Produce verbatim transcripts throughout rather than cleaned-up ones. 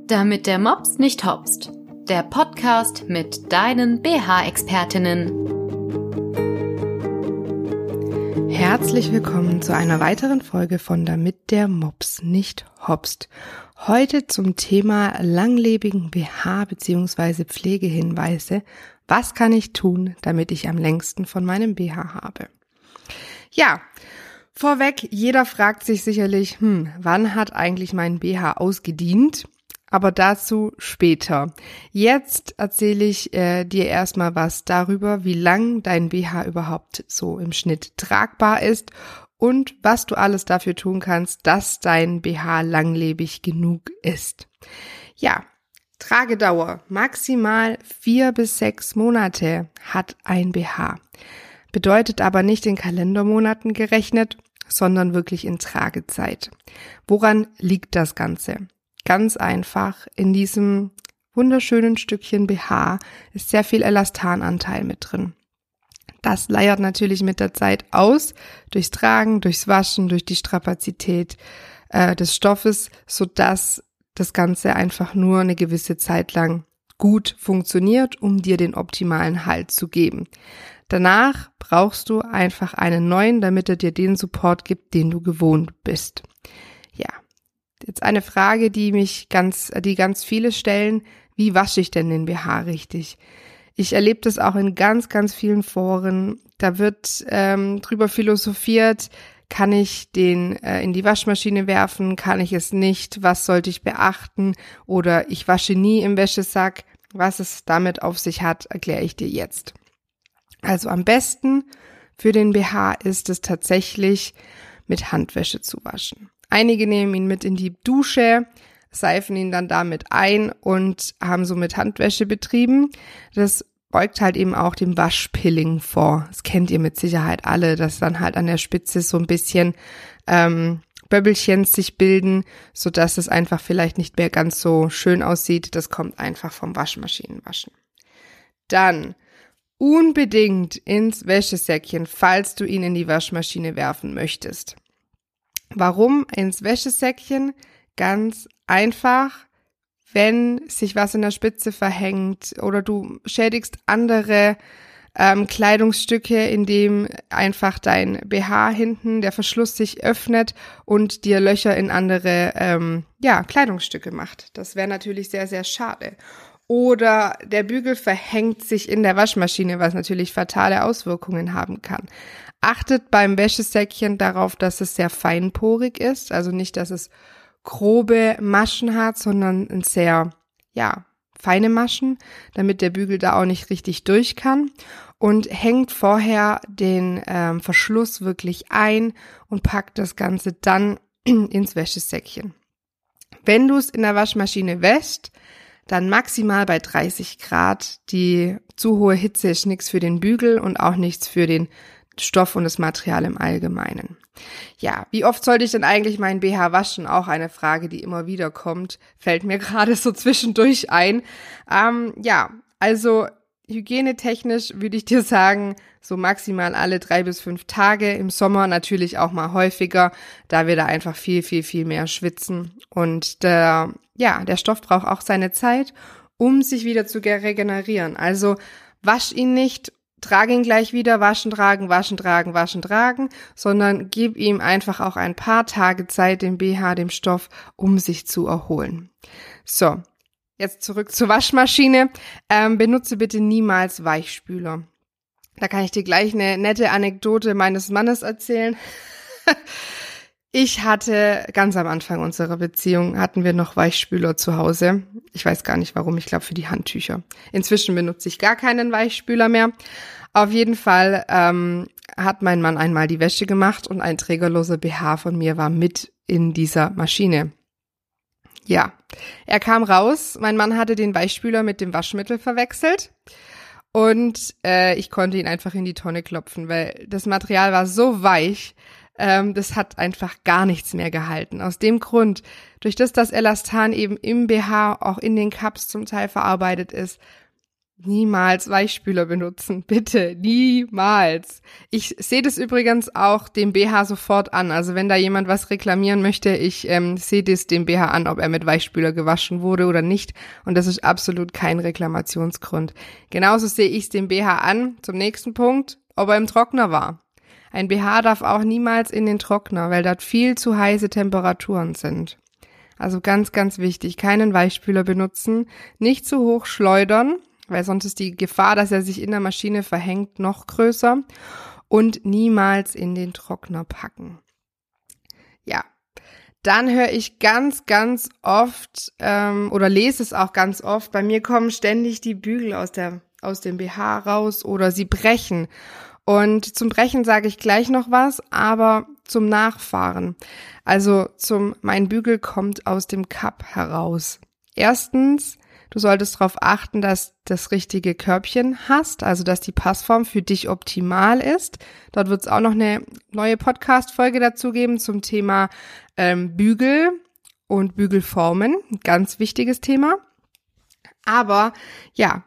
Damit der Mops nicht hopst. Der Podcast mit deinen B H-Expertinnen. Herzlich willkommen zu einer weiteren Folge von Damit der Mops nicht hopst. Heute zum Thema langlebigen B H bzw. Pflegehinweise. Was kann ich tun, damit ich am längsten von meinem B H habe? Ja, vorweg, jeder fragt sich sicherlich, hm, wann hat eigentlich mein B H ausgedient? Aber dazu später. Jetzt erzähle ich äh, dir erstmal was darüber, wie lang dein B H überhaupt so im Schnitt tragbar ist und was du alles dafür tun kannst, dass dein B H langlebig genug ist. Ja, Tragedauer maximal vier bis sechs Monate hat ein B H. Bedeutet aber nicht in Kalendermonaten gerechnet, sondern wirklich in Tragezeit. Woran liegt das Ganze? Ganz einfach, in diesem wunderschönen Stückchen B H ist sehr viel Elastananteil mit drin. Das leiert natürlich mit der Zeit aus, durchs Tragen, durchs Waschen, durch die Strapazität äh, des Stoffes, sodass das Ganze einfach nur eine gewisse Zeit lang gut funktioniert, um dir den optimalen Halt zu geben. Danach brauchst du einfach einen neuen, damit er dir den Support gibt, den du gewohnt bist. Ja. Jetzt eine Frage, die mich ganz, die ganz viele stellen: Wie wasche ich denn den B H richtig? Ich erlebe das auch in ganz, ganz vielen Foren. Da wird ähm, drüber philosophiert: Kann ich den äh, in die Waschmaschine werfen? Kann ich es nicht? Was sollte ich beachten? Oder ich wasche nie im Wäschesack. Was es damit auf sich hat, erkläre ich dir jetzt. Also am besten für den B H ist es tatsächlich, mit Handwäsche zu waschen. Einige nehmen ihn mit in die Dusche, seifen ihn dann damit ein und haben somit Handwäsche betrieben. Das beugt halt eben auch dem Waschpilling vor. Das kennt ihr mit Sicherheit alle, dass dann halt an der Spitze so ein bisschen ähm, Böbbelchen sich bilden, sodass es einfach vielleicht nicht mehr ganz so schön aussieht. Das kommt einfach vom Waschmaschinenwaschen. Dann unbedingt ins Wäschesäckchen, falls du ihn in die Waschmaschine werfen möchtest. Warum ins Wäschesäckchen? Ganz einfach, wenn sich was in der Spitze verhängt oder du schädigst andere ähm, Kleidungsstücke, indem einfach dein B H hinten, der Verschluss sich öffnet und dir Löcher in andere ähm, ja, Kleidungsstücke macht. Das wäre natürlich sehr, sehr schade. Oder der Bügel verhängt sich in der Waschmaschine, was natürlich fatale Auswirkungen haben kann. Achtet beim Wäschesäckchen darauf, dass es sehr feinporig ist, also nicht, dass es grobe Maschen hat, sondern ein sehr, ja, feine Maschen, damit der Bügel da auch nicht richtig durch kann. Und hängt vorher den ähm, Verschluss wirklich ein und packt das Ganze dann ins Wäschesäckchen. Wenn du es in der Waschmaschine wäschst, dann maximal bei dreißig Grad. Die zu hohe Hitze ist nichts für den Bügel und auch nichts für den Stoff und das Material im Allgemeinen. Ja, wie oft sollte ich denn eigentlich meinen B H waschen? Auch eine Frage, die immer wieder kommt, fällt mir gerade so zwischendurch ein. Ähm, ja, also hygienetechnisch würde ich dir sagen, so maximal alle drei bis fünf Tage, im Sommer natürlich auch mal häufiger, da wir da einfach viel, viel, viel mehr schwitzen. Und der, ja, der Stoff braucht auch seine Zeit, um sich wieder zu regenerieren. Also wasch ihn nicht, trage ihn gleich wieder, waschen, tragen, waschen, tragen, waschen, tragen, sondern gib ihm einfach auch ein paar Tage Zeit, dem B H, dem Stoff, um sich zu erholen. So, jetzt zurück zur Waschmaschine. Ähm, benutze bitte niemals Weichspüler. Da kann ich dir gleich eine nette Anekdote meines Mannes erzählen. Ich hatte ganz am Anfang unserer Beziehung, hatten wir noch Weichspüler zu Hause. Ich weiß gar nicht warum, ich glaube für die Handtücher. Inzwischen benutze ich gar keinen Weichspüler mehr. Auf jeden Fall ähm, hat mein Mann einmal die Wäsche gemacht und ein trägerloser B H von mir war mit in dieser Maschine. Ja, er kam raus, mein Mann hatte den Weichspüler mit dem Waschmittel verwechselt und äh, ich konnte ihn einfach in die Tonne klopfen, weil das Material war so weich, ähm, das hat einfach gar nichts mehr gehalten. Aus dem Grund, durch das das Elastan eben im B H, auch in den Cups zum Teil verarbeitet ist, niemals Weichspüler benutzen. Bitte, niemals. Ich sehe das übrigens auch dem B H sofort an. Also wenn da jemand was reklamieren möchte, ich ähm, sehe das dem B H an, ob er mit Weichspüler gewaschen wurde oder nicht. Und das ist absolut kein Reklamationsgrund. Genauso sehe ich es dem B H an, zum nächsten Punkt, ob er im Trockner war. Ein B H darf auch niemals in den Trockner, weil dort viel zu heiße Temperaturen sind. Also ganz, ganz wichtig, keinen Weichspüler benutzen, nicht zu hoch schleudern, weil sonst ist die Gefahr, dass er sich in der Maschine verhängt, noch größer, und niemals in den Trockner packen. Ja, dann höre ich ganz, ganz oft ähm, oder lese es auch ganz oft, bei mir kommen ständig die Bügel aus der aus dem B H raus oder sie brechen. Und zum Brechen sage ich gleich noch was, aber zum Nachfahren. Also zum mein Bügel kommt aus dem Cup heraus. Erstens, du solltest darauf achten, dass das richtige Körbchen hast, also dass die Passform für dich optimal ist. Dort wird es auch noch eine neue Podcast-Folge dazu geben zum Thema ähm, Bügel und Bügelformen. Ein ganz wichtiges Thema. Aber ja,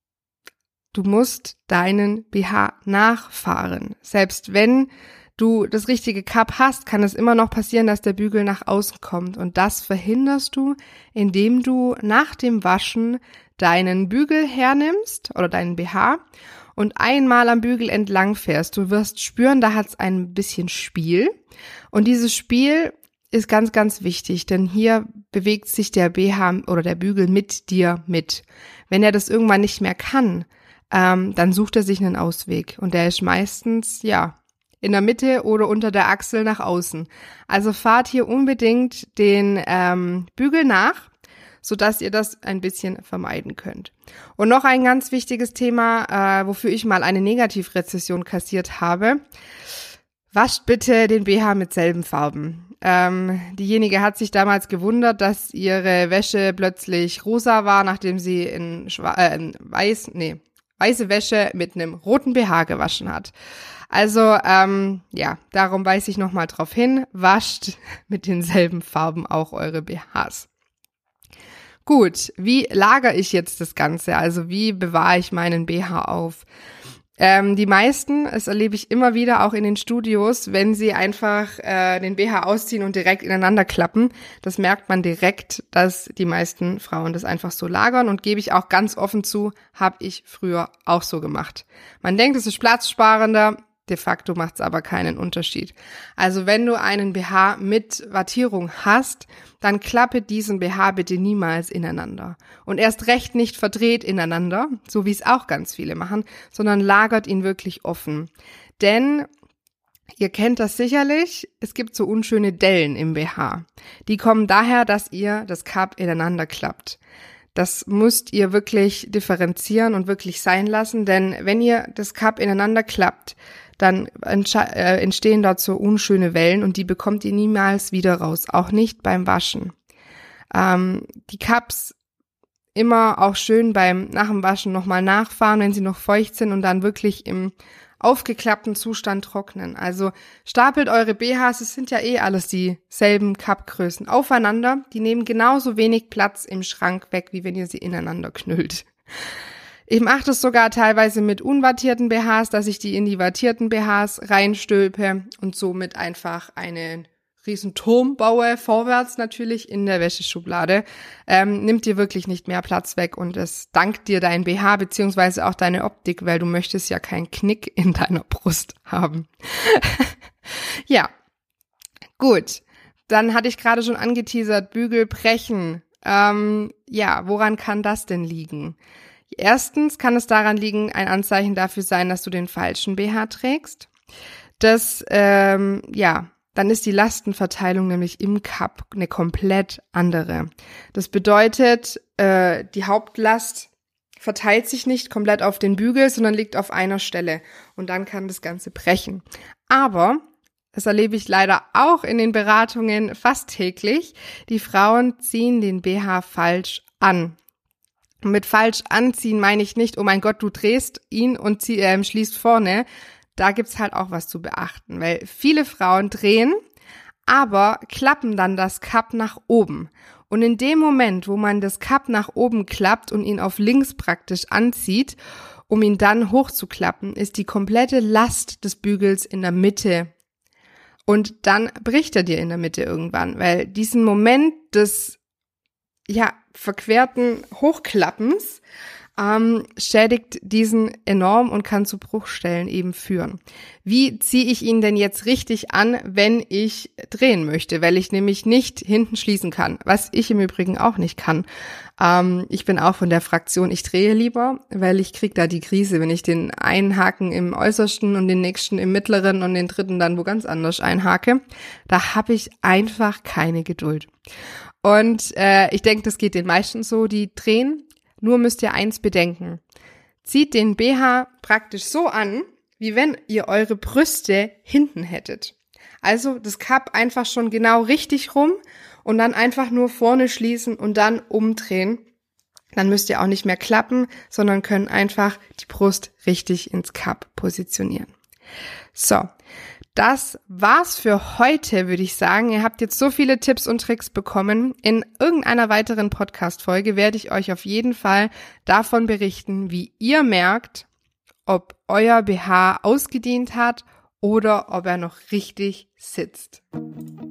du musst deinen B H nachfahren. Selbst wenn du das richtige Cup hast, kann es immer noch passieren, dass der Bügel nach außen kommt. Und das verhinderst du, indem du nach dem Waschen deinen Bügel hernimmst oder deinen B H und einmal am Bügel entlang fährst. Du wirst spüren, da hat es ein bisschen Spiel. Und dieses Spiel ist ganz, ganz wichtig, denn hier bewegt sich der B H oder der Bügel mit dir mit. Wenn er das irgendwann nicht mehr kann, ähm, dann sucht er sich einen Ausweg. Und der ist meistens, ja, in der Mitte oder unter der Achsel nach außen. Also fahrt hier unbedingt den ähm, Bügel nach, sodass ihr das ein bisschen vermeiden könnt. Und noch ein ganz wichtiges Thema, äh, wofür ich mal eine Negativrezession kassiert habe. Wascht bitte den B H mit selben Farben. Ähm, diejenige hat sich damals gewundert, dass ihre Wäsche plötzlich rosa war, nachdem sie in, Schwa- äh, in weiß, nee, weiße Wäsche mit einem roten B H gewaschen hat. Also, ähm, ja, darum weise ich nochmal drauf hin, wascht mit denselben Farben auch eure B Hs. Gut, wie lagere ich jetzt das Ganze? Also, wie bewahre ich meinen B H auf? Ähm, die meisten, das erlebe ich immer wieder auch in den Studios, wenn sie einfach äh, den B H ausziehen und direkt ineinander klappen, das merkt man direkt, dass die meisten Frauen das einfach so lagern, und gebe ich auch ganz offen zu, habe ich früher auch so gemacht. Man denkt, es ist platzsparender, de facto macht es aber keinen Unterschied. Also wenn du einen B H mit Wattierung hast, dann klappe diesen B H bitte niemals ineinander. Und erst recht nicht verdreht ineinander, so wie es auch ganz viele machen, sondern lagert ihn wirklich offen. Denn ihr kennt das sicherlich, es gibt so unschöne Dellen im B H. Die kommen daher, dass ihr das Cup ineinander klappt. Das müsst ihr wirklich differenzieren und wirklich sein lassen, denn wenn ihr das Cup ineinander klappt, dann entstehen dort so unschöne Wellen und die bekommt ihr niemals wieder raus, auch nicht beim Waschen. Ähm, die Cups immer auch schön beim nach dem Waschen nochmal nachfahren, wenn sie noch feucht sind, und dann wirklich im aufgeklappten Zustand trocknen. Also stapelt eure B Hs, es sind ja eh alles dieselben Cup-Größen, aufeinander. Die nehmen genauso wenig Platz im Schrank weg, wie wenn ihr sie ineinander knüllt. Ich mache das sogar teilweise mit unwattierten B Hs, dass ich die in die wattierten B Hs reinstülpe und somit einfach einen riesen Turm baue, vorwärts natürlich in der Wäscheschublade. Ähm, nimmt dir wirklich nicht mehr Platz weg, und es dankt dir dein B H beziehungsweise auch deine Optik, weil du möchtest ja keinen Knick in deiner Brust haben. Ja, gut. Dann hatte ich gerade schon angeteasert, Bügel brechen. Ähm, ja, woran kann das denn liegen? Erstens kann es daran liegen, ein Anzeichen dafür sein, dass du den falschen B H trägst. Das, ähm, ja, dann ist die Lastenverteilung nämlich im Cup eine komplett andere. Das bedeutet, äh, die Hauptlast verteilt sich nicht komplett auf den Bügel, sondern liegt auf einer Stelle, und dann kann das Ganze brechen. Aber das erlebe ich leider auch in den Beratungen fast täglich. Die Frauen ziehen den B H falsch an. Und mit falsch anziehen meine ich nicht, oh mein Gott, du drehst ihn und zieh, äh, schließt vorne. Da gibt's halt auch was zu beachten, weil viele Frauen drehen, aber klappen dann das Cup nach oben. Und in dem Moment, wo man das Cup nach oben klappt und ihn auf links praktisch anzieht, um ihn dann hochzuklappen, ist die komplette Last des Bügels in der Mitte. Und dann bricht er dir in der Mitte irgendwann, weil diesen Moment des, ja, verquerten Hochklappens ähm, schädigt diesen enorm und kann zu Bruchstellen eben führen. Wie ziehe ich ihn denn jetzt richtig an, wenn ich drehen möchte? Weil ich nämlich nicht hinten schließen kann, was ich im Übrigen auch nicht kann. Ähm, ich bin auch von der Fraktion, ich drehe lieber, weil ich krieg da die Krise, wenn ich den einen Haken im äußersten und den nächsten im mittleren und den dritten dann wo ganz anders einhake. Da habe ich einfach keine Geduld. Und äh, ich denke, das geht den meisten so, die drehen. Nur müsst ihr eins bedenken. Zieht den B H praktisch so an, wie wenn ihr eure Brüste hinten hättet. Also das Cup einfach schon genau richtig rum und dann einfach nur vorne schließen und dann umdrehen. Dann müsst ihr auch nicht mehr klappen, sondern können einfach die Brust richtig ins Cup positionieren. So, das war's für heute, würde ich sagen. Ihr habt jetzt so viele Tipps und Tricks bekommen. In irgendeiner weiteren Podcast-Folge werde ich euch auf jeden Fall davon berichten, wie ihr merkt, ob euer B H ausgedehnt hat oder ob er noch richtig sitzt.